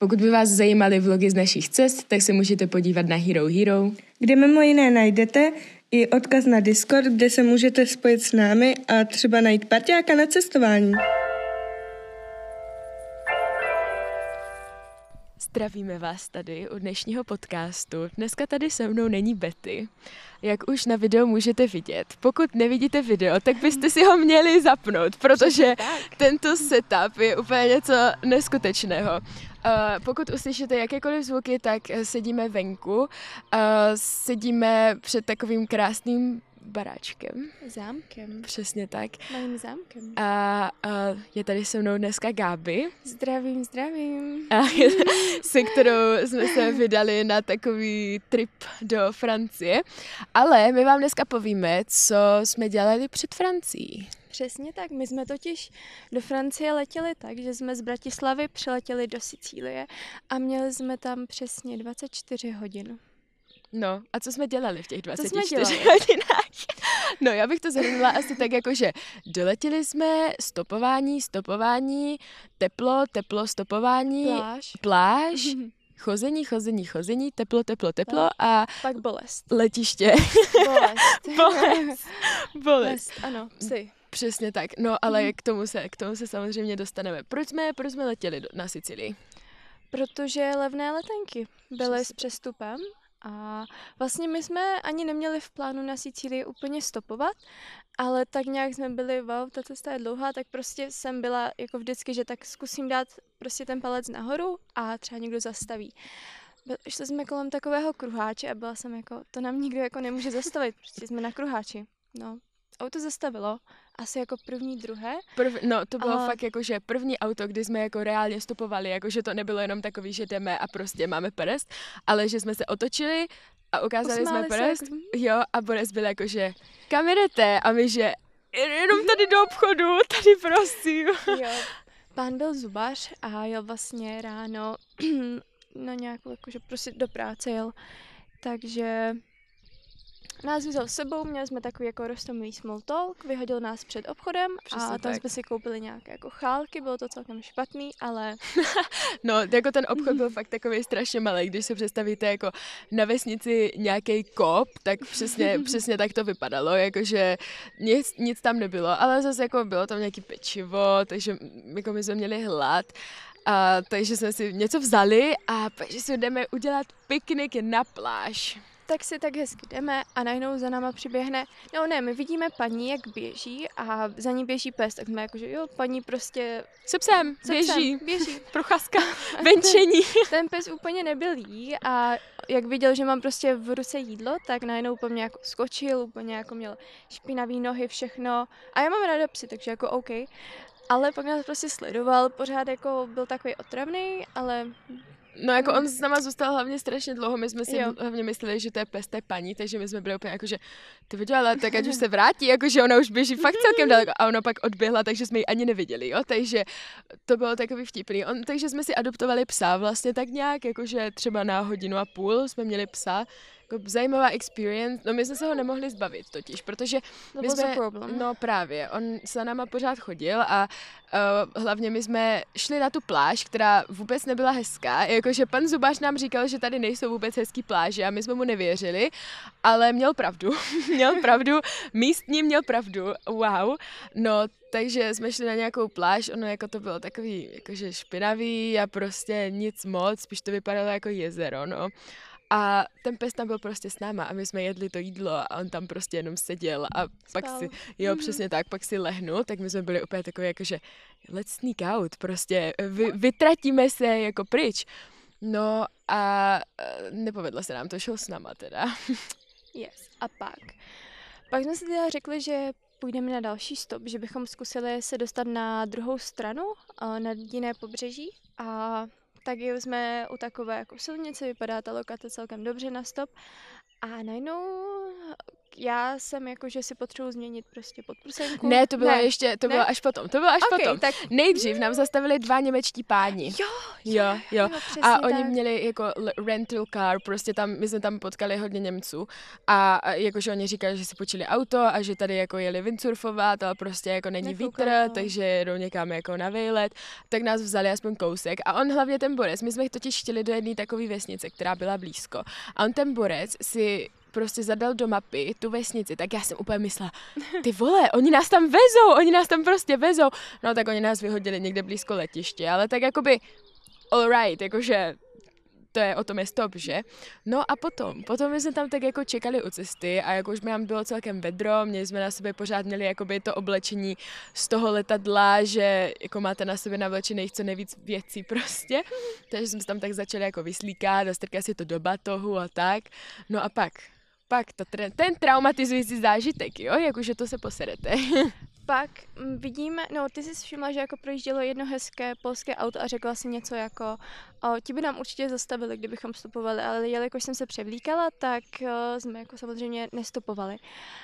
Pokud by vás zajímaly vlogy z našich cest, tak se můžete podívat na Hero Hero, kde mimo jiné najdete i odkaz na Discord, kde se můžete spojit s námi a třeba najít parťáka na cestování. Zdravíme vás tady u dnešního podcastu. Dneska tady se mnou není Betty. Jak už na videu můžete vidět. Pokud nevidíte video, tak byste si ho měli zapnout, protože tento setup je úplně něco neskutečného. Pokud uslyšíte jakékoliv zvuky, tak sedíme venku. Sedíme před takovým krásným baráčkem. Zámkem. Přesně tak. Malým zámkem. A je tady se mnou dneska Gáby. Zdravím. Se kterou jsme se vydali na takový trip do Francie. Ale my vám dneska povíme, co jsme dělali před Francií. Přesně tak. My jsme totiž do Francie letěli tak, že jsme z Bratislavy přiletěli do Sicílie a měli jsme tam přesně 24 hodin. No, a co jsme dělali v těch 24 hodinách? No, já bych to zhrnula asi tak, jako že doletěli jsme, stopování, teplo, stopování, pláž, chození, teplo a pak bolest. Letiště. Bolest, ano, psy. Přesně tak, no ale k tomu se samozřejmě dostaneme. Proč jsme letěli na Sicílii? Protože levné letenky byly s přestupem. A vlastně my jsme ani neměli v plánu na Sicílii úplně stopovat, ale tak nějak jsme byli, wow, ta cesta je dlouhá, tak prostě jsem byla jako vždycky, že tak zkusím dát prostě ten palec nahoru a třeba někdo zastaví. Šli jsme kolem takového kruháče a byla jsem jako, to nám nikdo jako nemůže zastavit, prostě jsme na kruháči. No, auto zastavilo, asi jako první, druhé. To bylo fakt jako, že první auto, kdy jsme jako reálně stopovali, jako že to nebylo jenom takový, že jdeme a prostě máme prst, ale že jsme se otočili a ukázali jsme prst, jo, a Boris byl jako, že kam jdete? A my, že jenom tady do obchodu, tady prosím. Jo, pán byl zubař a jel vlastně ráno na nějakou, jakože prostě do práce jel, takže nás vzal s sebou, měli jsme takový jako roztomilý small talk, vyhodil nás před obchodem. Přesně a tam jsme si koupili nějaké jako chálky, bylo to celkem špatný, ale... No, jako ten obchod byl fakt takový strašně malý, když si představíte jako na vesnici nějaký kop, tak přesně tak to vypadalo, jakože nic tam nebylo, ale zase jako bylo tam nějaký pečivo, takže jako my jsme měli hlad. Takže jsme si něco vzali a že si jdeme udělat piknik na pláž. Tak si tak hezky jdeme a najednou za náma přiběhne, my vidíme paní, jak běží a za ní běží pes, tak jsme jakože paní prostě... Se psem, běží. Procházka, venčení. Ten pes úplně nebyl jí a jak viděl, že mám prostě v ruce jídlo, tak najednou po mně jako skočil, úplně jako měl špinavý nohy, všechno a já mám ráda psy, takže jako OK. Ale pak nás prostě sledoval, pořád jako byl takový otravný, ale... No jako on s náma zůstal hlavně strašně dlouho, my jsme si hlavně mysleli, že to je pes té paní, takže my jsme byli úplně jako, že ty viděla, ale tak ať už se vrátí, jakože ona už běží fakt celkem daleko a ona pak odběhla, takže jsme ji ani neviděli, jo, takže to bylo takový vtipný. Takže jsme si adoptovali psa vlastně tak nějak, jakože třeba na 1.5 hodiny jsme měli psa, jako zajímavá experience, no my jsme se ho nemohli zbavit totiž, protože my jsme, no právě, on za náma pořád chodil a hlavně my jsme šli na tu pláž, která vůbec nebyla hezká, jakože pan Zubář nám říkal, že tady nejsou vůbec hezký pláže a my jsme mu nevěřili, ale měl pravdu, místní měl pravdu, wow, no takže jsme šli na nějakou pláž, ono jako to bylo takový jakože špinavý a prostě nic moc, spíš to vypadalo jako jezero, no. A ten pes tam byl prostě s náma a my jsme jedli to jídlo a on tam prostě jenom seděl a pak si, přesně tak, pak si lehnul, tak my jsme byli úplně takový jakože let's sneak out, prostě vytratíme se jako pryč. No a nepovedlo se nám to, šel s náma teda. Yes, a pak jsme si teda řekli, že půjdeme na další stop, že bychom zkusili se dostat na druhou stranu, na jiné pobřeží a tak jsme u takové jako silnice, vypadá ta lokace celkem dobře na stop a najednou já jsem jako, že si potřebuji změnit prostě podprsenku. Ne, to bylo ještě, to bylo až potom. To bylo až potom. Tak... Nejdřív nám zastavili 2 němečtí páni. Jo. A oni měli jako rental car, prostě tam, my jsme tam potkali hodně Němců a jakože oni říkali, že si počili auto a že tady jako jeli windsurfovat, ale prostě jako není vítr, takže jedou někam jako na výlet, tak nás vzali aspoň kousek a on hlavně ten borec, my jsme totiž chtěli do jedné takové vesnice, která byla blízko a on ten borec si prostě zadal do mapy tu vesnici, tak já jsem úplně myslela, ty vole, oni nás tam prostě vezou. No tak oni nás vyhodili někde blízko letiště, ale tak jakoby alright, jakože to je o tom je stop, že? No a potom my jsme tam tak jako čekali u cesty a jako už nám bylo celkem vedro, jsme na sobě pořád měli jakoby to oblečení z toho letadla, že jako máte na sobě navlečených co nejvíc věcí prostě, takže jsme se tam tak začali jako vyslíkat a strkat si to do batohu a tak. No a pak ten traumatizující zážitek, jo, jakože to se poserete. Pak vidíme, no ty jsi všimla, že jako projíždělo jedno hezké polské auto a řekla si něco jako, ti by nám určitě zastavili, kdybychom stopovali, ale jelikož jsem se převlíkala, tak jsme jako samozřejmě nestopovali.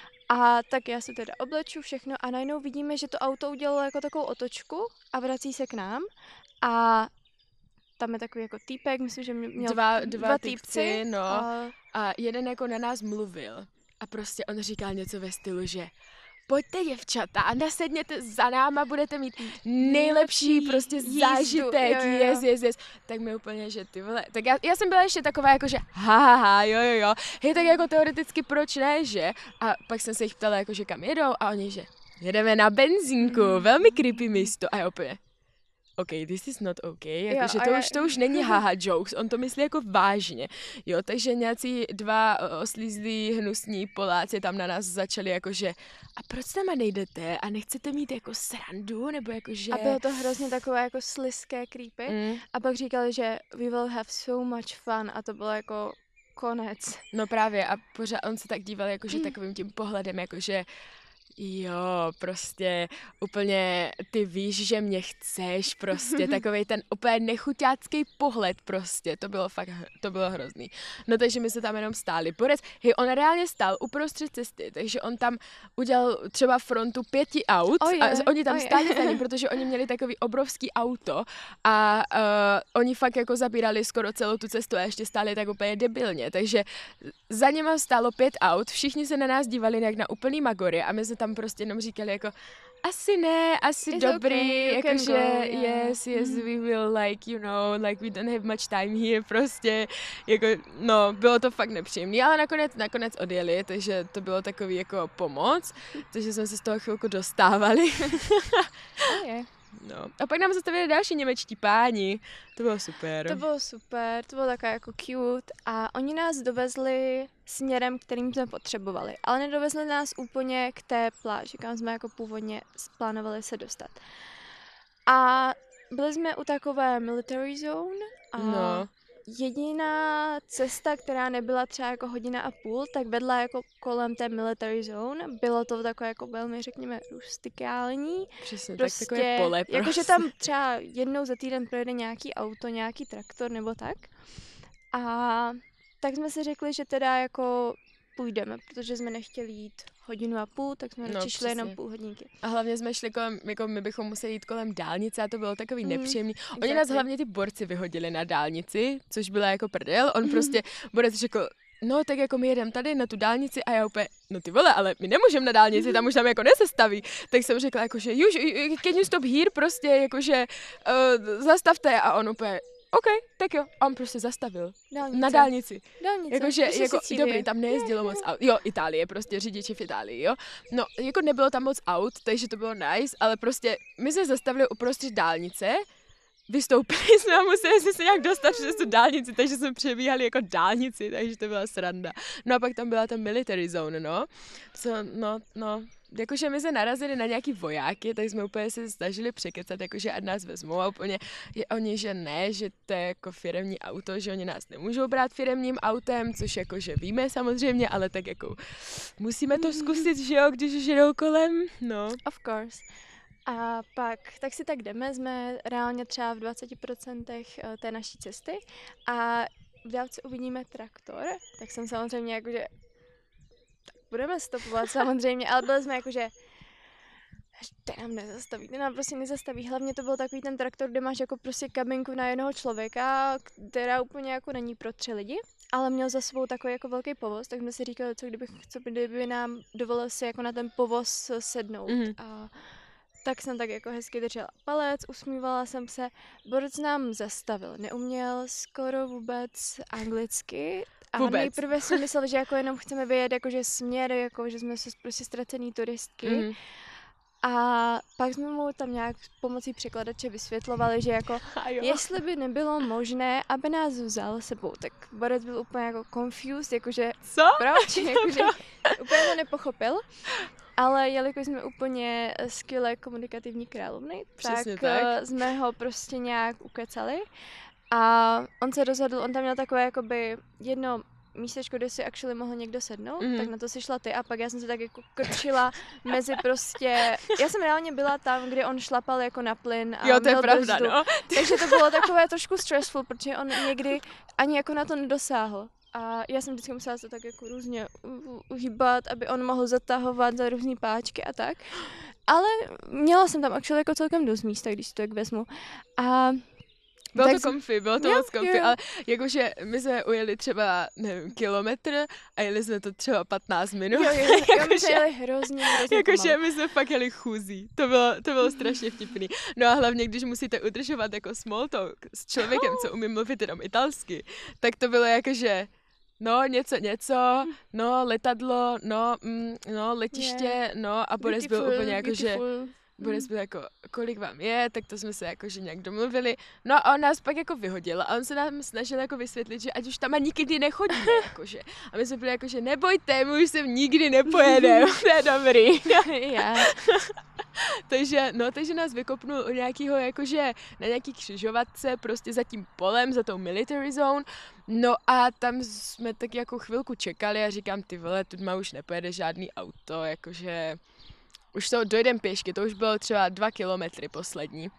A tak já se teda obleču všechno a najednou vidíme, že to auto udělalo jako takovou otočku a vrací se k nám a tam je takový jako týpek, myslím, že měl dva týpci, no. A jeden jako na nás mluvil a prostě on říkal něco ve stylu, že pojďte děvčata a nasedněte za náma, budete mít nejlepší prostě zážitek, yes. Tak mi úplně, že ty vole, tak já jsem byla ještě taková jako, že jo. Hej, tak jako teoreticky proč ne, že? A pak jsem se jich ptala jako, že kam jedou a oni, že jedeme na benzínku, velmi creepy místo a já úplně. OK, this is not OK, jakože to už není haha jokes, on to myslí jako vážně, jo, takže nějací 2 oslízlí hnusní Poláci tam na nás začali jakože a proč tam nejdete a nechcete mít jako srandu, nebo jakože... A bylo to hrozně takové jako slizké creepy a pak říkali, že we will have so much fun a to bylo jako konec. No právě a pořád on se tak díval jakože takovým tím pohledem, jakože jo, prostě úplně ty víš, že mě chceš, prostě takovej ten úplně nechuťácký pohled prostě, to bylo hrozný. No takže my se tam jenom stáli. Borec, on reálně stál uprostřed cesty, takže on tam udělal třeba frontu 5 aut a oni tam stáli za ním, protože oni měli takový obrovský auto a oni fakt jako zabírali skoro celou tu cestu a ještě stáli tak úplně debilně, takže za nima stálo 5 aut, všichni se na nás dívali jak na úplný magory a my se tam prostě jenom říkali jako asi It's dobrý, okay, jakože yes, we will like, you know, like we don't have much time here, prostě, jako, no, bylo to fakt nepříjemný, ale nakonec odjeli, takže to bylo takový jako pomoc, takže jsme se z toho chvilku dostávali. No. A pak nám zastavili další němečtí páni. To bylo super. To bylo takové jako cute a oni nás dovezli směrem, kterým jsme potřebovali, ale nedovezli nás úplně k té pláži, kam jsme jako původně plánovali se dostat. A byli jsme u takové military zone a jediná cesta, která nebyla třeba jako 1,5 hodiny, tak vedla jako kolem té military zone. Bylo to takové jako velmi, řekněme, rustikální. Přesně, prostě, tak takové pole prostě. Jakože tam třeba jednou za týden projede nějaký auto, nějaký traktor nebo tak. A tak jsme si řekli, že teda jako půjdeme, protože jsme nechtěli jít 1,5 hodiny, tak jsme radši šli jenom půl hodinky. A hlavně jsme šli kolem, jako my bychom museli jít kolem dálnice a to bylo takový nepříjemný. Oni nás hlavně ty borci vyhodili na dálnici, což byla jako prdel. On prostě, borec řekl, no tak jako my jedeme tady na tu dálnici a já úplně, no ty vole, ale my nemůžeme na dálnici, tam už tam jako nezastaví. Tak jsem řekla jakože, can you stop here, prostě jakože zastavte a on úplně, OK, tak jo. A on prostě zastavil. Na dálnici. Jakože, jako, dobrý, tam nejezdilo moc aut. Jo, Itálie, prostě řidiči v Itálii, jo. No, jako nebylo tam moc aut, takže to bylo nice, ale prostě my jsme zastavili uprostřed dálnice, vystoupili jsme a museli jsme se nějak dostat přes tu dálnici, takže jsme přebíhali jako dálnici, takže to byla sranda. No a pak tam byla ta military zone, no. Jakože my se narazili na nějaký vojáky, tak jsme úplně se snažili překecat, jakože ať nás vezmou a úplně oni, že ne, že to je jako firemní auto, že oni nás nemůžou brát firemním autem, což jakože víme samozřejmě, ale tak jako musíme to zkusit, že jo, když už jedou kolem, no. Of course. A pak, tak si tak jdeme, jsme reálně třeba v 20% té naší cesty a v dálce uvidíme traktor, tak jsem samozřejmě jakože budeme stopovat samozřejmě, ale byli jsme jakože ten nám prostě nezastaví. Hlavně to byl takový ten traktor, kde máš jako prostě kabinku na jednoho člověka, která úplně jako není pro 3 lidi, ale měl za sebou takový jako velký povoz, tak jsme si říkali, co kdyby nám dovolil si jako na ten povoz sednout. A tak jsem tak jako hezky držela palec, usmívala jsem se. Borec nám zastavil, neuměl skoro vůbec anglicky. A nejprve si myslel, že jako jenom chceme vyjet jakože směr, jako že jsme prostě ztracený turistky. A pak jsme mu tam nějak pomocí překladače vysvětlovali, že jako jestli by nebylo možné, aby nás vzal sebou, tak Borec byl úplně jako confused, jakože co? Proč? Jakože úplně to nepochopil. Ale jelikož jsme úplně skvělé komunikativní královny, tak jsme ho prostě nějak ukecali. A on se rozhodl, on tam měl takové jakoby jedno místečko, kde si actually mohl někdo sednout, tak na to si šla ty a pak já jsem se tak jako krčila mezi prostě, já jsem reálně byla tam, kde on šlapal jako na plyn a jo, to je pravda, no. Takže to bylo takové trošku stressful, protože on někdy ani jako na to nedosáhl. A já jsem vždycky musela se tak jako různě uhýbat, aby on mohl zatahovat za různý páčky a tak. Ale měla jsem tam actually jako celkem dost místa, když si to tak vezmu. A bylo to comfy, moc comfy, ale jakože my jsme ujeli třeba, nevím, kilometr a jeli jsme to třeba 15 minut. Jo, my jsme jeli hrozně jakože my jsme fakt jeli chůzí, to bylo strašně vtipný. No a hlavně, když musíte udržovat jako small talk s člověkem, co umí mluvit jenom italsky, tak to bylo jakože no, něco, no, letadlo, no, letiště, no a Boris byl úplně jakože Boris byl jako, kolik vám je, tak to jsme se jakože nějak domluvili. No a on nás pak jako vyhodil a on se nám snažil jako vysvětlit, že ať už tam ani nikdy nechodíme, jakože. A my jsme byli jakože, nebojte, my už sem nikdy nepojedeme, to je dobrý. takže nás vykopnul u nějakého jakože, na nějaký křižovatce, prostě za tím polem, za tou military zone. No a tam jsme tak jako chvilku čekali a říkám, ty vole, tu už nepojede žádný auto, jakože už to dojdem pěšky, to už bylo třeba 2 kilometry poslední.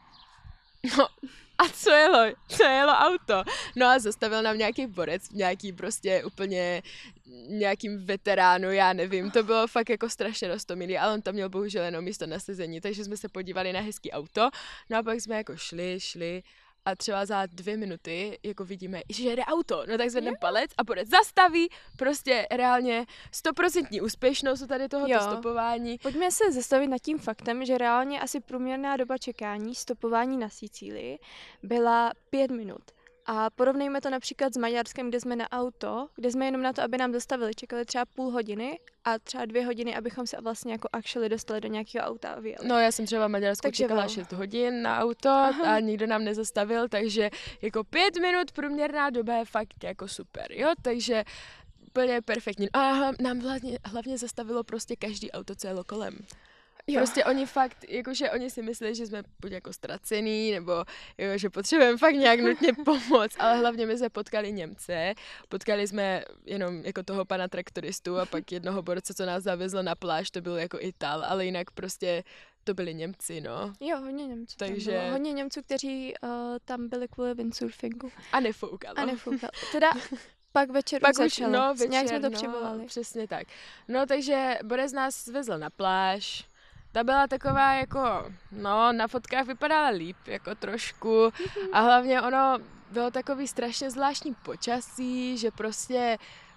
No a co jelo auto? No a zastavil nám nějaký borec, nějaký prostě úplně nějakým veteránu, já nevím, to bylo fakt jako strašně roztomilý, ale on tam měl bohužel jenom místo na sezení, takže jsme se podívali na hezký auto, no a pak jsme jako šli a třeba za 2 minuty jako vidíme, že jede auto, no tak zvedneme palec a borec zastaví, prostě reálně 100% úspěšnost tady tohoto stopování. Pojďme se zastavit nad tím faktem, že reálně asi průměrná doba čekání, stopování na Sicílii byla 5 minut. A porovnejme to například s Maďarskem, kde jsme na auto, kde jsme jenom na to, aby nám dostavili, čekali třeba půl hodiny a třeba 2 hodiny, abychom se vlastně jako actually dostali do nějakého auta a vyjeli. No já jsem třeba v Maďarsku čekala 6 hodin na auto a nikdo nám nezastavil, takže jako 5 minut průměrná doba je fakt jako super, jo, takže úplně perfektní. A nám hlavně zastavilo prostě každý auto, co jelo kolem. Jo. Prostě oni fakt, jakože oni si myslí, že jsme buď jako ztracený, nebo jo, že potřebujeme fakt nějak nutně pomoct, ale hlavně my jsme potkali Němce, potkali jsme jenom jako toho pana traktoristu a pak jednoho borce, co nás zavezl na pláž, to byl jako Ital, ale jinak prostě to byli Němci, no. Jo, hodně Němců. Takže hodně Němců, kteří tam byli kvůli windsurfingu. A nefoukalo. Teda pak večer pak začalo. No, večer, nějak jsme to přivolali. Přesně tak. No, takže Borec nás vezl na pláž. Ta byla taková jako, no, na fotkách vypadala líp, jako trošku. A hlavně ono bylo takový strašně zvláštní počasí, že prostě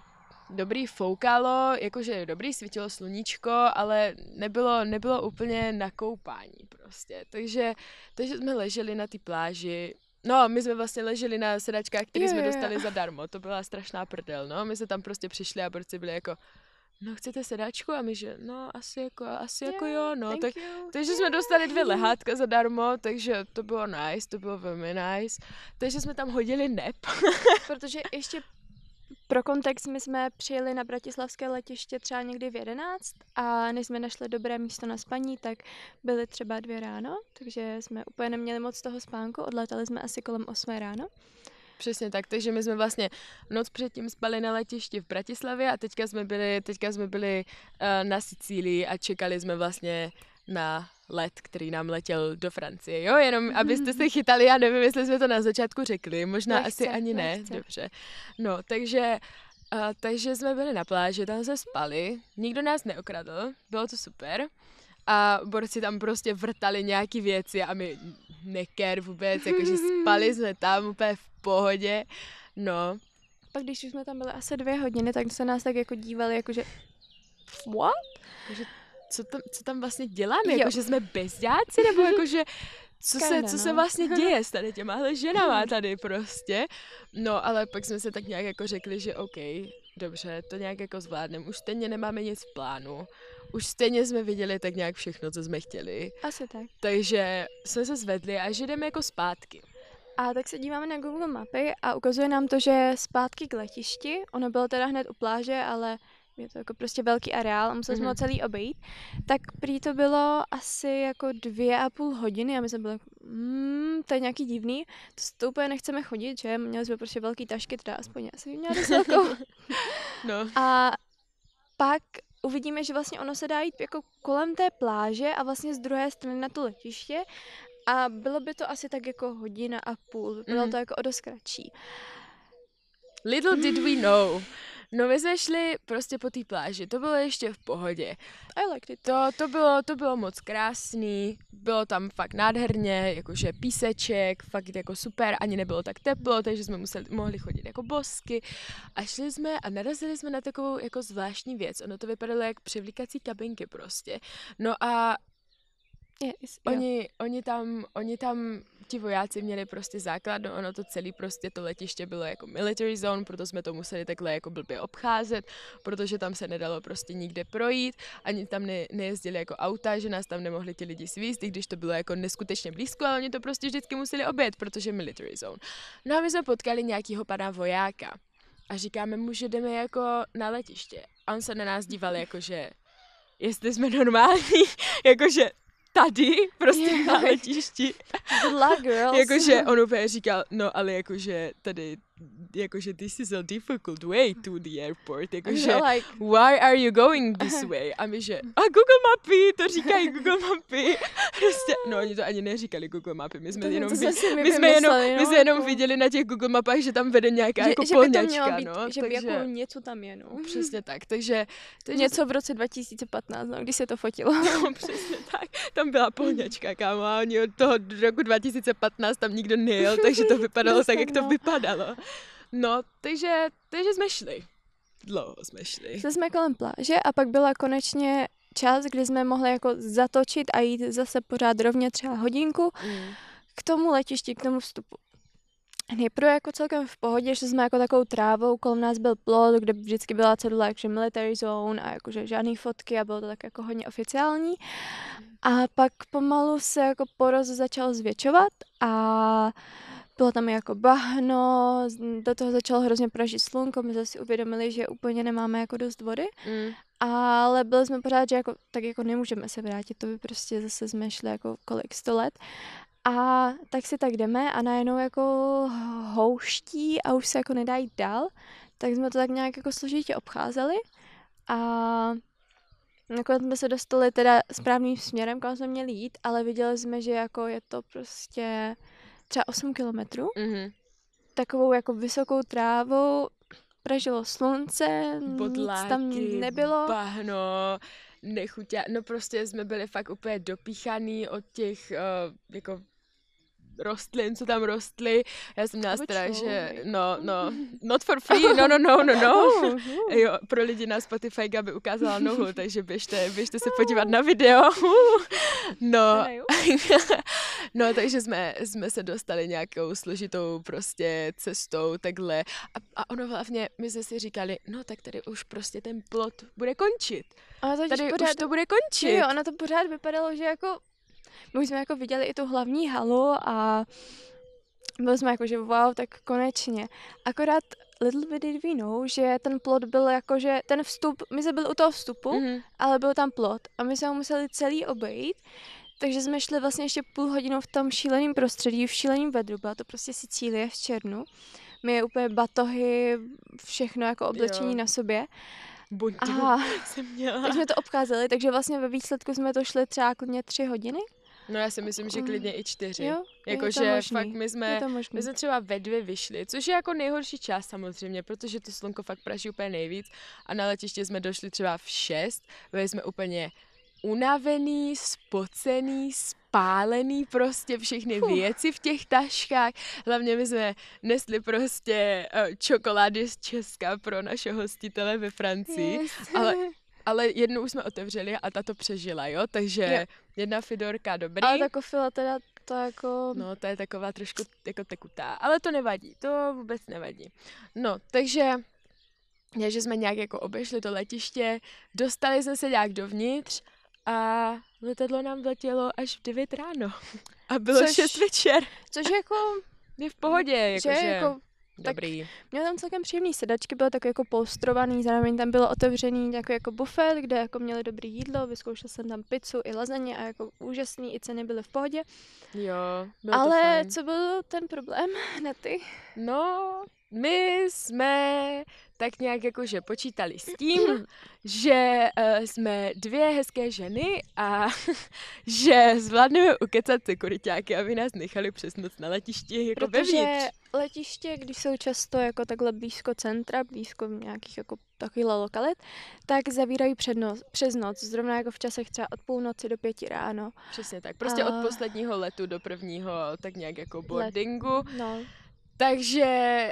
dobrý foukalo, jakože dobrý svítilo sluníčko, ale nebylo úplně na koupání prostě. Takže jsme leželi na té pláži. No, my jsme vlastně leželi na sedačkách, které jsme dostali zadarmo. To byla strašná prdel, no. My se tam prostě přišli a borci byli jako, no, chcete sedačku? A my, že no, asi jako jo, no. Takže jsme dostali 2 lehátka zadarmo, takže to bylo nice, to bylo velmi nice. Takže jsme tam hodili nep. Protože ještě pro kontext, my jsme přijeli na bratislavské letiště třeba někdy v 11 a než jsme našli dobré místo na spaní, tak byly třeba 2 ráno, takže jsme úplně neměli moc toho spánku, odlétali jsme asi kolem 8 ráno. Přesně tak, takže my jsme vlastně noc předtím spali na letišti v Bratislavě a teďka jsme byli na Sicílii a čekali jsme vlastně na let, který nám letěl do Francie, jo, jenom abyste se chytali, já nevím, jestli jsme to na začátku řekli, možná asi ani ne, dobře. No, takže Takže jsme byli na pláži, tam se spali, nikdo nás neokradl, bylo to super. A borci tam prostě vrtali nějaký věci a my neker vůbec, jakože spali jsme tam úplně v pohodě, no. Pak když už jsme tam byli asi 2 hodiny, tak se nás tak jako dívali, jakože what? Jakože, co tam vlastně děláme, jakože jsme bezděláci, nebo jakože co se vlastně děje s tady těmahle ženama tady prostě. No, ale pak jsme se tak nějak jako řekli, že OK, dobře, to nějak jako zvládneme. Už stejně nemáme nic v plánu. Už stejně jsme viděli tak nějak všechno, co jsme chtěli. Asi tak. Takže jsme se zvedli a že jdeme jako zpátky. A tak se díváme na Google mapy a ukazuje nám to, že zpátky k letišti, ono bylo teda hned u pláže, ale je to jako prostě velký areál a museli jsme ho celý obejít, tak prý to bylo asi jako 2,5 hodiny a my jsme byli jako, to je nějaký divný, to úplně nechceme chodit, že? Měli jsme prostě velký tašky, teda aspoň já jsem měla dost velkou. No. A pak uvidíme, že vlastně ono se dá jít jako kolem té pláže a vlastně z druhé strany na to letiště a bylo by to asi tak jako 1,5 hodiny, bylo to jako o dost kratší. Little did we know. No my jsme šli prostě po té pláži, to bylo ještě v pohodě. I liked it. To bylo moc krásný, bylo tam fakt nádherně, jakože píseček, fakt jako super, ani nebylo tak teplo, takže jsme mohli chodit jako bosky. A šli jsme a narazili jsme na takovou jako zvláštní věc, ono to vypadalo jak přivlíkací kabinky prostě. No a Oni tam, ti vojáci měli prostě základnu, ono to celé prostě to letiště bylo jako military zone, proto jsme to museli takhle jako blbě obcházet, protože tam se nedalo prostě nikde projít, ani tam nejezdili jako auta, že nás tam nemohli ti lidi svízt, i když to bylo jako neskutečně blízko, ale oni to prostě vždycky museli objet, protože military zone. No a my jsme potkali nějakýho pana vojáka a říkáme mu, že jdeme jako na letiště. A on se na nás díval jakože, jestli jsme normální, jakože tady, prostě na letišti. Jakože on úplně říkal, no ale jakože tady, jakože this is a difficult way to the airport, jakože like, why are you going this way? A my že, Google mapy, to říkají Google mapy. Prostě, no oni to ani neříkali Google mapy, my jsme jenom viděli na těch Google mapách, že tam vede nějaká jako polňačka, no. Že by jako něco tam je, no. Přesně tak, takže něco v roce 2015, no, když se to fotilo. No, přesně tak, tam byla polňačka, kámo, a oni od toho roku 2015 tam nikdo nejel, takže to vypadalo tak, jak to vypadalo. No, takže jsme šli. Dlouho jsme šli. Šli jsme kolem pláže a pak byla konečně čas, kdy jsme mohli jako zatočit a jít zase pořád rovně třeba hodinku k tomu letišti, k tomu vstupu. Nejprve jako celkem v pohodě, že jsme jako takovou trávou, kolem nás byl plot, kde vždycky byla cedule jakože military zone a jakože žádný fotky a bylo to tak jako hodně oficiální. A pak pomalu se jako porost začal zvětšovat a bylo tam jako bahno, do toho začalo hrozně pražit slunko, my jsme si uvědomili, že úplně nemáme jako dost vody, ale byli jsme pořád, že jako, tak jako nemůžeme se vrátit, to by prostě zase jsme šli jako kolik 100 let. A tak si tak jdeme a najednou jako houští a už se jako nedá jít dál, tak jsme to tak nějak jako složitě obcházeli a nakonec jsme se dostali teda správným směrem, kam jsme měli jít, ale viděli jsme, že jako je to prostě třeba 8 kilometrů, takovou jako vysokou trávou, pražilo slunce, bodláky, nic tam nebylo. Bahno, nechutě, no prostě jsme byli fakt úplně dopíchaný od těch jako rostlin, co tam rostly. Já jsem měla strach, že no, not for free, no. Jo, pro lidi na Spotify Gabi ukázala nohu, takže běžte se podívat na video. No, takže jsme se dostali nějakou složitou prostě cestou, takhle. A ono hlavně, my jsme si říkali, no tak tady už prostě ten plot bude končit. Tady už to bude končit. Jo, ono to pořád vypadalo, že jako my už jsme jako viděli i tu hlavní halu a byli jsme jako, že wow, tak konečně. Akorát little bit did we know, že ten plot byl jako, že ten vstup, my jsme byli u toho vstupu, ale byl tam plot a my jsme ho museli celý obejít, takže jsme šli vlastně ještě půl hodinu v tom šíleném prostředí, v šíleném vedru, byla to prostě Sicílie v červnu. My je úplně batohy, všechno jako oblečení na sobě. Jsem měla. Tak jsme to obcházeli, takže vlastně ve výsledku jsme to šli třeba klidně 3 hodiny. No já si myslím, že klidně i 4. Jo, Jakože fakt my jsme třeba ve 2 vyšli, což je jako nejhorší čas samozřejmě, protože to slunko fakt praží úplně nejvíc a na letiště jsme došli třeba v 6, byli jsme úplně unavený, spocený, spálený prostě všechny věci v těch taškách. Hlavně my jsme nesli prostě čokolády z Česka pro naše hostitele ve Francii, ale jednu už jsme otevřeli a ta to přežila, jo, takže jedna fidorka dobrý. Ale ta kofila teda to jako... No, to je taková trošku jako tekutá, ale to nevadí, to vůbec nevadí. No, takže že jsme nějak jako obešli to letiště, dostali jsme se nějak dovnitř a letadlo nám letělo až v 9 ráno a bylo 6 večer. Což jako... Je v pohodě, jakože... Jako, dobrý. Měl tam celkem příjemný sedačky, bylo tak jako polstrovaný, zároveň tam bylo otevřený jako bufet, kde jako měli dobrý jídlo, vyzkoušel jsem tam pizzu i lasagne a jako úžasný, i ceny byly v pohodě. Jo, bylo ale to fajn. Co byl ten problém na ty? No, my jsme tak nějak jakože počítali s tím, že jsme 2 hezké ženy a že zvládneme ukecat sekuriťáky, aby nás nechali přes noc na letišti jako protože vevnitř. Letiště, když jsou často jako takhle blízko centra, blízko nějakých jako takovýhle lokalit, tak zavírají přes noc, zrovna jako v časech třeba od půlnoci do 5 ráno. Přesně tak, prostě od posledního letu do prvního tak nějak jako boardingu. No. Takže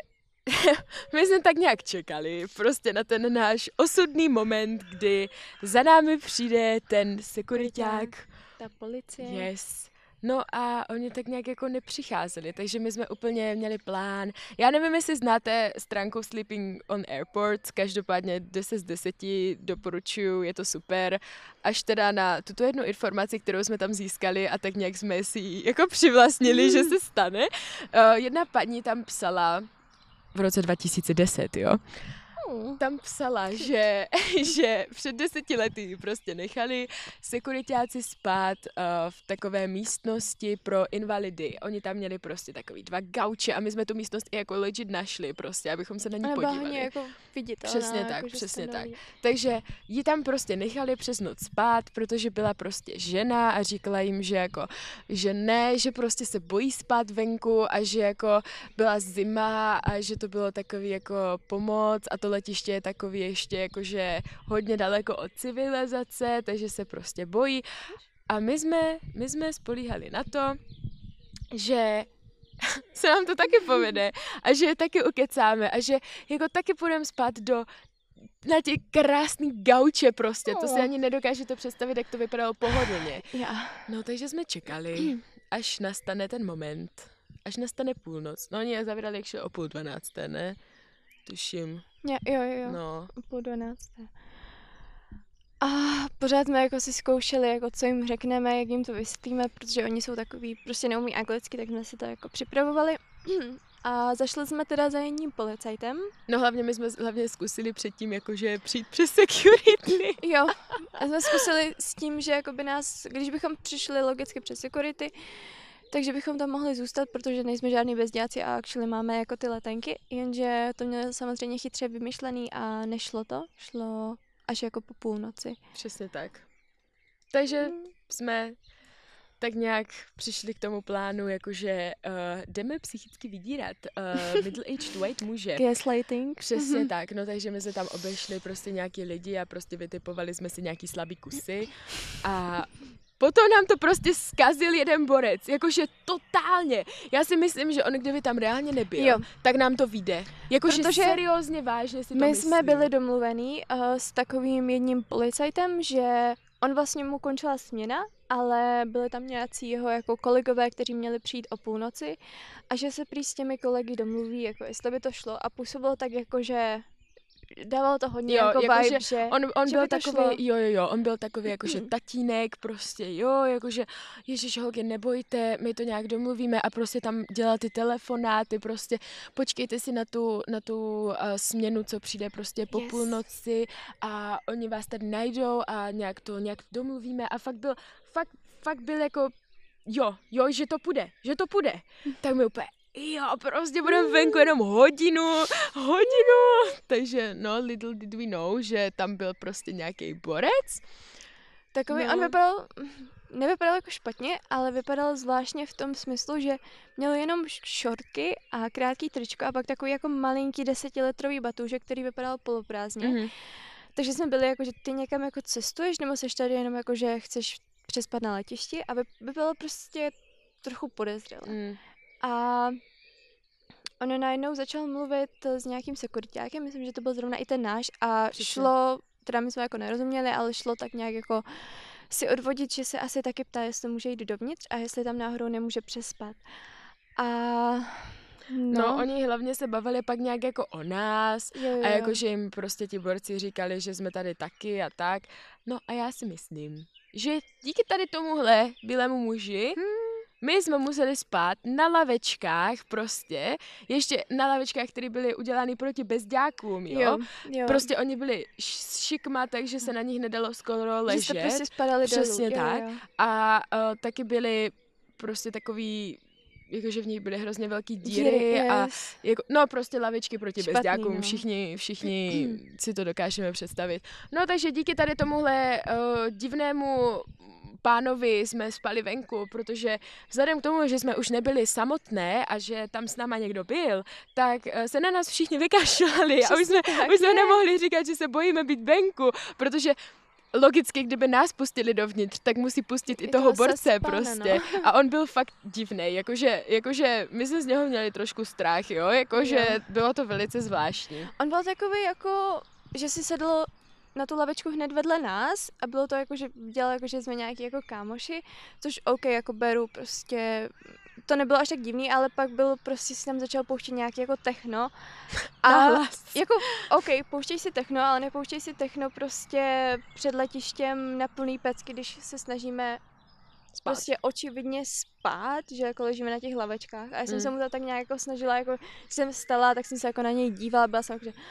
my jsme tak nějak čekali prostě na ten náš osudný moment, kdy za námi přijde ten sekuriťák. Ta policie. Yes. No a oni tak nějak jako nepřicházeli, takže my jsme úplně měli plán. Já nevím, jestli znáte stránku Sleeping on Airports, každopádně 10 z 10 doporučuju, je to super. Až teda na tuto jednu informaci, kterou jsme tam získali a tak nějak jsme si ji jako přivlastnili, že se stane. Jedna paní tam psala v roce 2010, jo. Tam psala, že před 10 lety prostě nechali sekuriťáci spát v takové místnosti pro invalidy. Oni tam měli prostě takový 2 gauče a my jsme tu místnost i jako legit našli prostě, abychom se na ní podívali. Jako viditelná, přesně tak, jako, přesně tak. Takže ji tam prostě nechali přes noc spát, protože byla prostě žena a říkala jim, že jako, že ne, že prostě se bojí spát venku a že jako byla zima a že to bylo takový jako pomoc a to letiště je takový ještě jakože hodně daleko od civilizace, takže se prostě bojí. A my jsme spolíhali na to, že se nám to taky povede a že je taky ukecáme a že jako taky půjdeme spát na těch krásný gauče prostě. To si ani nedokážete představit, jak to vypadalo pohodlně. No takže jsme čekali, až nastane ten moment, až nastane půlnoc. No oni je zavírali jak šlo o 11:30, ne? Tuším. Jo. No. O 11:30. A pořád jsme jako si zkoušeli, jako co jim řekneme, jak jim to vysvětlíme, protože oni jsou takový, prostě neumí anglicky, tak jsme si to jako připravovali. A zašli jsme teda za jedním policajtem. No hlavně my jsme zkusili předtím jakože přijít přes security. Jo, a jsme zkusili s tím, že jakoby nás, když bychom přišli logicky přes security, takže bychom tam mohli zůstat, protože nejsme žádný bezděláci a actually máme jako ty letenky, jenže to mělo samozřejmě chytře vymyšlený a nešlo to, šlo až jako po půlnoci. Přesně tak. Takže jsme tak nějak přišli k tomu plánu, jakože jdeme psychicky vydírat middle-aged white muže. Gaslighting. Přesně tak, no takže my jsme tam obešli prostě nějaký lidi a prostě vytipovali jsme si nějaký slabý kusy a potom nám to prostě zkazil jeden borec, jakože totálně. Já si myslím, že on kdyby tam reálně nebyl, tak nám to vyjde. Jakože seriózně, vážně si to myslím. My jsme byli domluvení s takovým jedním policajtem, že on vlastně mu končila směna, ale byli tam nějací jeho jako kolegové, kteří měli přijít o půlnoci a že se prý s těmi kolegy domluví, jako jestli by to šlo a působilo tak jako, že dával to hodně jako vibe, že on že byl takový, on byl takový jakože tatínek, prostě jakože ježiš holky, nebojte, my to nějak domluvíme a prostě tam dělal ty telefonáty, prostě počkejte si na tu směnu, co přijde prostě po půlnoci a oni vás tady najdou a nějak to domluvíme a fakt byl jako že to půjde, tak mi úplně prostě budeme venku jenom hodinu, takže no, little did we know, že tam byl prostě nějaký borec. Takový, on vypadal nevypadal jako špatně, ale vypadal zvláštně v tom smyslu, že měl jenom šortky a krátký tričko a pak takový jako malinký 10litrový batůžek, který vypadal poloprázdně. Mm-hmm. Takže jsme byli jako, že ty někam jako cestuješ, nebo seš tady jenom jako, že chceš přespat na letišti a bylo prostě trochu podezřelé. Mm. A ono najednou začal mluvit s nějakým sekuritákem, myslím, že to byl zrovna i ten náš a šlo, teda my jsme jako nerozuměli, ale šlo tak nějak jako si odvodit, že se asi taky ptá, jestli může jít dovnitř a jestli tam náhodou nemůže přespat. A no, oni hlavně se bavili pak nějak jako o nás jo. A jakože jim prostě ti borci říkali, že jsme tady taky a tak. No a já si myslím, že díky tady tomuhle bílému muži my jsme museli spát na lavečkách prostě, ještě na lavečkách, které byly udělány proti bezďákům, jo? Prostě oni byli šikma, takže se na nich nedalo skoro ležet. Že jste prostě spadali dolů. Přesně tak. Jo. A taky byli prostě takový, jakože v nich byly hrozně velký díry a jako, no prostě lavičky proti bezďákům, no. Všichni si to dokážeme představit. No takže díky tady tomuhle divnému pánovi jsme spali venku, protože vzhledem k tomu, že jsme už nebyli samotné a že tam s náma někdo byl, tak se na nás všichni vykašlali a už jsme nemohli říkat, že se bojíme být venku, protože logicky, kdyby nás pustili dovnitř, tak musí pustit i toho borce prostě. No. A on byl fakt divnej, jakože my jsme z něho měli trošku strach, jo, jakože bylo to velice zvláštní. On byl takový jako, že si sedl na tu lavečku hned vedle nás a bylo to jako, že dělal jako, že jsme nějaký jako kámoši, což OK, jako beru prostě, to nebylo až tak divný, ale pak byl prostě si tam začal pouštět nějaký jako techno a jako OK, pouštěj si techno, ale nepouštěj si techno prostě před letištěm na plný pecky, když se snažíme spát. Prostě očividně spát, že jako ležíme na těch lavečkách a já jsem se mu to tak nějak jako snažila, jako jsem vstala, tak jsem se jako na něj dívala, byla jsem jako, že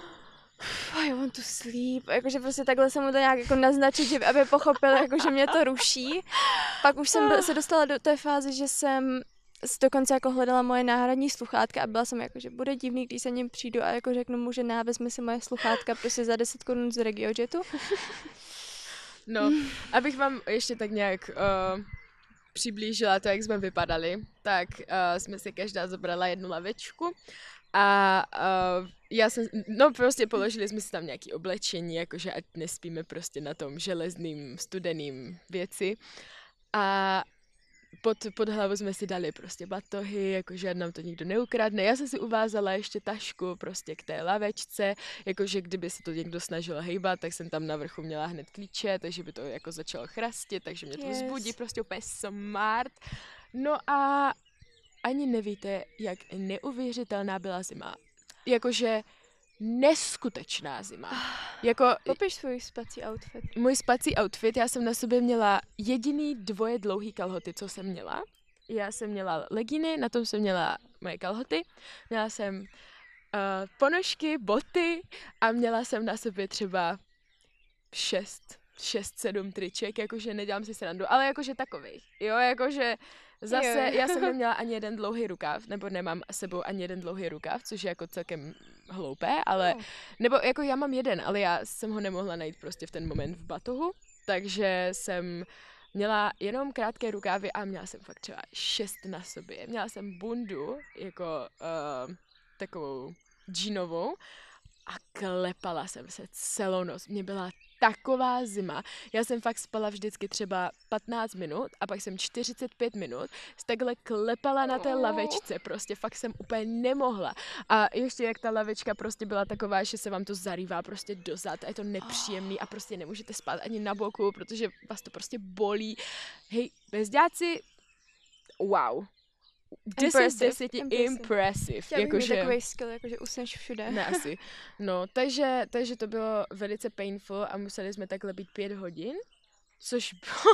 I want to sleep, jakože prostě takhle jsem mu to nějak jako naznačit, že aby pochopil, jakože mě to ruší. Pak už jsem se dostala do té fáze, že jsem dokonce jako hledala moje náhradní sluchátka a byla jsem jako, že bude divný, když se ním přijdu a jako řeknu mu, že vezmi si moje sluchátka prostě za 10 korun z RegioJetu. No, abych vám ještě tak nějak přiblížila to, jak jsme vypadali, tak jsme si každá zobrala jednu lavečku a já jsem, no prostě položili jsme si tam nějaké oblečení, jakože ať nespíme prostě na tom železným, studeným věci a pod hlavu jsme si dali prostě batohy, jakože nám to nikdo neukradne. Já jsem si uvázala ještě tašku prostě k té lavečce, jakože kdyby se to někdo snažil hejbat, tak jsem tam na vrchu měla hned klíče, takže by to jako začalo chrastit, takže mě to vzbudí, prostě úplně smart. No a ani nevíte, jak neuvěřitelná byla zima. Jakože neskutečná zima. Popiš svůj spací outfit. Můj spací outfit, já jsem na sobě měla jediný 2 dlouhý kalhoty, co jsem měla. Já jsem měla legíny, na tom jsem měla moje kalhoty. Měla jsem ponožky, boty a měla jsem na sobě třeba 6-7 triček, jakože nedělám si srandu, ale jakože takovej. Jo, jakože zase já jsem neměla ani jeden dlouhý rukáv, nebo nemám s sebou ani jeden dlouhý rukáv, což je jako celkem hloupé, ale, nebo jako já mám jeden, ale já jsem ho nemohla najít prostě v ten moment v batohu, takže jsem měla jenom krátké rukávy a měla jsem fakt třeba 6 na sobě. Měla jsem bundu, jako takovou džínovou a klepala jsem se celou noc. Mě byla taková zima. Já jsem fakt spala vždycky třeba 15 minut a pak jsem 45 minut takhle klepala na té lavečce. Prostě fakt jsem úplně nemohla. A ještě jak ta lavečka prostě byla taková, že se vám to zarývá prostě dozad a je to nepříjemný a prostě nemůžete spát ani na boku, protože vás to prostě bolí. Hej, bezďáci, wow. 10 z 10 impressive. Chtěla bych mít takový skill, jakože usneš všude. Ne, asi. No, takže to bylo velice painful a museli jsme takhle být 5 hodin, což bylo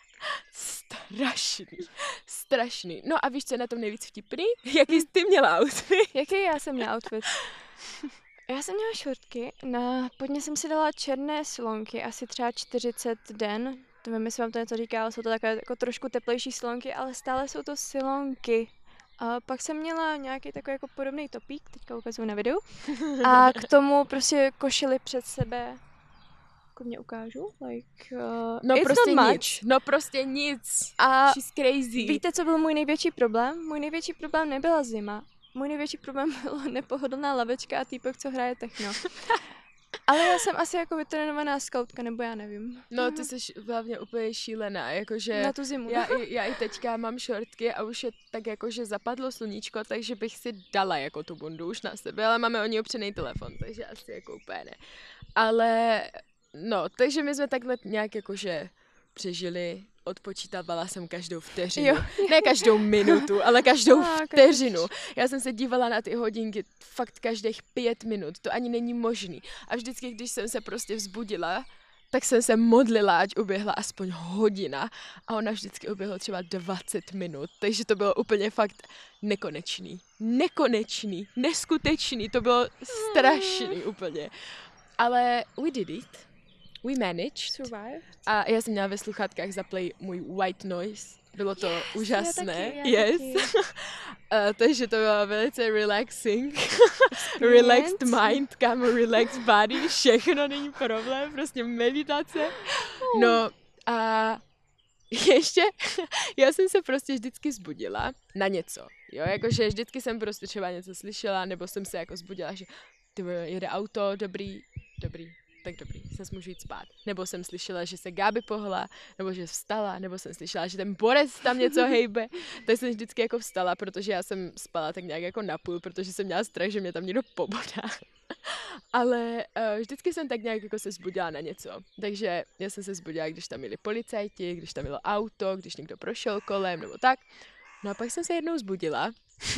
strašný. No a víš, co je na tom nejvíc vtipný? Jaký jsi ty měla outfit? Jaký já jsem měla outfit? Já jsem měla šortky, pod ně jsem si dala černé silonky, asi třeba 40 den. To nevím, jestli vám to něco říká, ale jsou to takové jako trošku teplejší silonky, ale stále jsou to silonky. A pak jsem měla nějaký takový jako podobný topík, teďka ukazuju na videu. A k tomu prostě košili před sebe. klidně ukážu. Like, no it's prostě not nic. much. No prostě nic. A She's crazy. víte, co byl můj největší problém? Můj největší problém nebyla zima. Můj největší problém byla nepohodlná lavečka a týpek, co hraje techno. Ale já jsem asi jako vytrénovaná skautka, nebo já nevím. No, ty jsi hlavně úplně šílená, jakože... Na tu zimu. Já i teďka mám šortky a už je tak jakože zapadlo sluníčko, takže bych si dala jako tu bundu už na sebe, ale máme o ní opřený telefon, takže asi jako úplně ne. Ale, no, takže my jsme takhle nějak jakože přežili, odpočítávala jsem každou vteřinu. Jo. Ne každou minutu, ale každou vteřinu. Já jsem se dívala na ty hodinky fakt každých 5 minut, to ani není možný. A vždycky, když jsem se prostě vzbudila, tak jsem se modlila, ať uběhla aspoň hodina a ona vždycky uběhla třeba 20 minut, takže to bylo úplně fakt nekonečný, neskutečný, to bylo strašný úplně. Ale we did it. We managed. Survived. A já jsem měla ve sluchátkách zaplay můj white noise. Bylo to úžasné. Já taky. Takže to bylo velice relaxing. Relaxed mind, kámo, relaxed body, všechno není problém, prostě meditace. No a ještě, já jsem se prostě vždycky zbudila na něco, jo, jakože vždycky jsem prostě třeba něco slyšela, nebo jsem se jako zbudila, že jede auto, dobrý, tak dobrý, zase můžu jít spát. Nebo jsem slyšela, že se Gáby pohla, nebo že vstala, nebo jsem slyšela, že ten borec tam něco hejbe. Tak jsem vždycky jako vstala, protože já jsem spala tak nějak jako napůl, protože jsem měla strach, že mě tam někdo pobodá. Ale vždycky jsem tak nějak jako se zbudila na něco. Takže já jsem se zbudila, když tam byli policajti, když tam bylo auto, když někdo prošel kolem, nebo tak. No a pak jsem se jednou zbudila.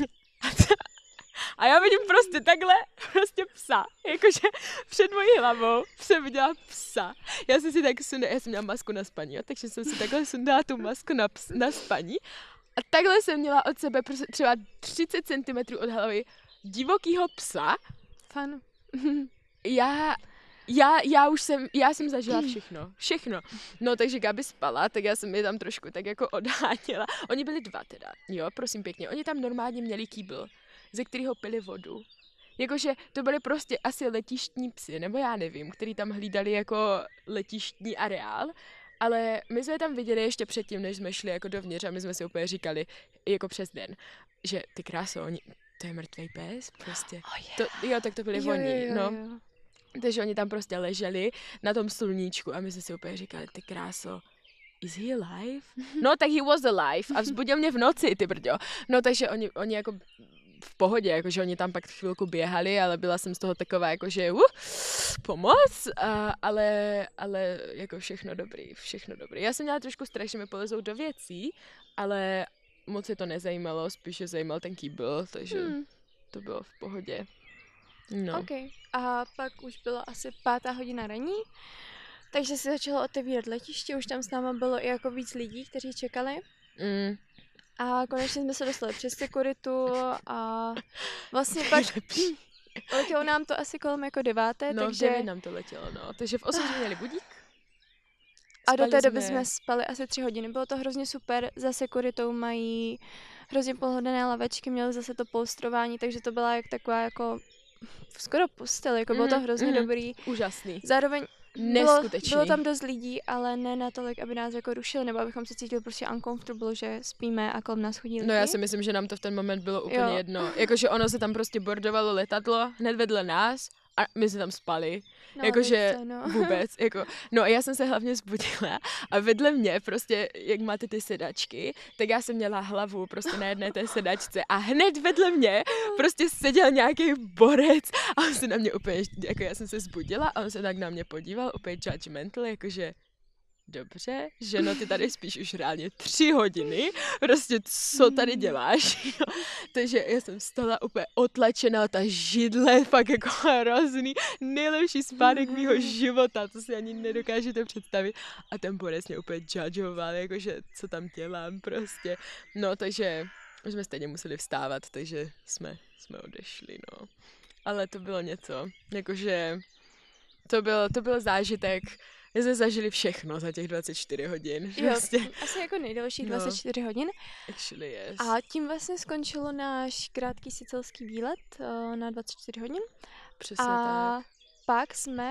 A já vidím prostě takhle, prostě psa, jakože před mojí hlavou jsem viděla psa. Já jsem si tak sundala, já jsem měla masku na spaní, jo, takže jsem si takhle sundala tu masku na spaní a takhle jsem měla od sebe třeba 30 cm od hlavy divokýho psa. Fun. Já jsem zažila všechno. No, takže Gabi spala, tak já jsem je tam trošku tak jako odháněla. Oni byli 2 teda, jo, prosím pěkně. Oni tam normálně měli kýbl, ze kterého pili vodu. Jakože to byly prostě asi letištní psy, nebo já nevím, který tam hlídali jako letištní areál. Ale my jsme je tam viděli ještě předtím, než jsme šli jako dovnitř a my jsme si úplně říkali, jako přes den, že ty kráso, to je mrtvej pes, prostě. Tak to byli oni, no. Takže oni tam prostě leželi na tom sluníčku a my jsme si úplně říkali, ty kráso, is he alive? No, tak he was alive a vzbudil mě v noci, ty brďo. No, takže oni jako v pohodě, jakože oni tam pak chvilku běhali, ale byla jsem z toho taková, jakože pomoc, ale jako všechno dobrý. Já jsem měla trošku strach, že mi polezou do věcí, ale moc je to nezajímalo, spíše zajímal ten kýbl, takže to bylo v pohodě. No. OK. A pak už bylo asi 5. hodina ranní, takže se začalo otevírat letiště, už tam s náma bylo i jako víc lidí, kteří čekali. A konečně jsme se dostali přes sekuritu a vlastně pak letělo nám to asi kolem jako 9. No, takže... v 9 nám to letělo, no. Takže v 8 jsme měli budík. A do té doby jsme spali asi 3 hodiny. Bylo to hrozně super. Za sekuritou mají hrozně pohodlné lavečky, měli zase to polstrování, takže to byla jak taková jako skoro postel, jako bylo to hrozně dobrý. Úžasný. Zároveň neskutečný. Bylo tam dost lidí, ale ne natolik, aby nás jako rušili, nebo abychom se cítili prostě uncomfortable, že spíme a kolem nás chodí lidi. No já si myslím, že nám to v ten moment bylo úplně jedno. Jakože ono se tam prostě bordovalo letadlo hned vedle nás a my se tam spali. No, jakože vůbec. Jako. No a já jsem se hlavně zbudila a vedle mě prostě, jak máte ty sedačky, tak já jsem měla hlavu prostě na jedné té sedačce a hned vedle mě prostě seděl nějaký borec a on se na mě úplně, jako já jsem se zbudila a on se tak na mě podíval, úplně judgmental, jakože dobře, ženo, ty tady spíš už reálně 3 hodiny, prostě co tady děláš? Takže já jsem vstala úplně otlačená, ta židle, fakt jako hrozný, nejlepší spánek mýho života, to si ani nedokážete představit. A ten borec mě úplně judgeoval, jakože co tam dělám prostě. No, takže už jsme stejně museli vstávat, takže jsme odešli, no. Ale to bylo něco, jakože to byl zážitek. My jsme zažili všechno za těch 24 hodin. Prostě. Jo, asi jako nejdelší 24 hodin. Actually yes. A tím vlastně skončilo náš krátký sicilský výlet na 24 hodin. Přesně a tak. pak jsme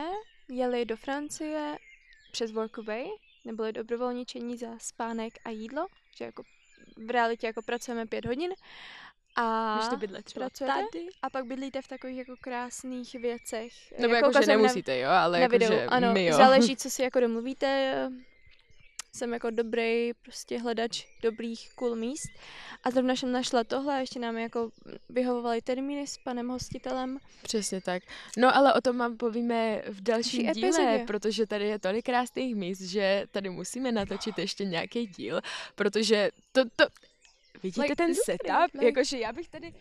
jeli do Francie přes Workaway, nebylo dobrovolničení za spánek a jídlo, že jako v realitě jako pracujeme 5 hodin a můžete bydlet třeba tady. A pak bydlíte v takových jako krásných věcech. Nebo jako že nemusíte, jo, ale jako videu, že ano, my jo. záleží, co si jako domluvíte. Jsem jako dobrý prostě hledač dobrých cool míst. A zrovna jsem našla tohle a ještě nám jako vyhovovali termíny s panem hostitelem. Přesně tak. No ale o tom vám povíme v dalším díle, epizodě. protože tady je tolik krásných míst, že tady musíme natočit ještě nějaký díl, protože to vidíte Like, ten look at setup? it, like- Jakože já bych tady...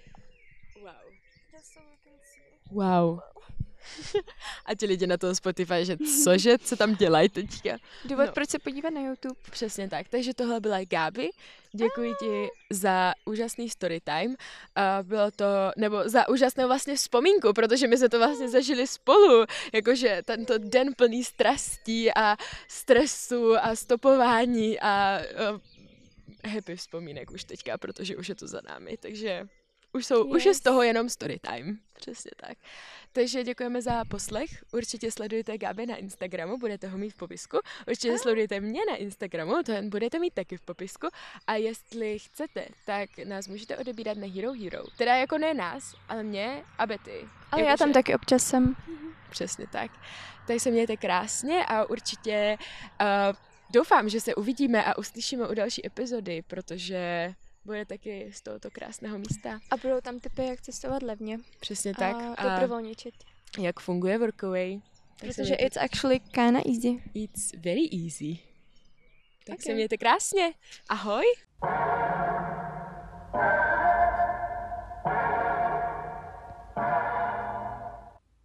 Wow. A ti lidi na tom Spotify, že cože, co tam dělají teďka? Důvod, proč se podívat na YouTube. Přesně tak, takže tohle byla Gáby. Děkuji ti za úžasný storytime. Bylo to, nebo za úžasnou vlastně vzpomínku, protože my jsme to vlastně zažili spolu. Jakože tento den plný strastí a stresu a stopování a happy vzpomínek už teďka, protože už je to za námi. Takže už je z toho jenom storytime. Přesně tak. Takže děkujeme za poslech. Určitě sledujte Gáby na Instagramu, budete ho mít v popisku. Určitě sledujte mě na Instagramu, to budete mít taky v popisku. A jestli chcete, tak nás můžete odebírat na Hero Hero. Teda jako ne nás, ale mě a Betty. Ale já tam taky občas jsem. Přesně tak. Tak se mějte krásně a určitě doufám, že se uvidíme a uslyšíme u další epizody, protože bude taky z tohoto krásného místa. A budou tam typy, jak cestovat levně. Přesně tak. A dobrovolničit. Jak funguje Workaway. Protože it's actually kinda easy. It's very easy. Tak Okay. se mějte krásně. Ahoj.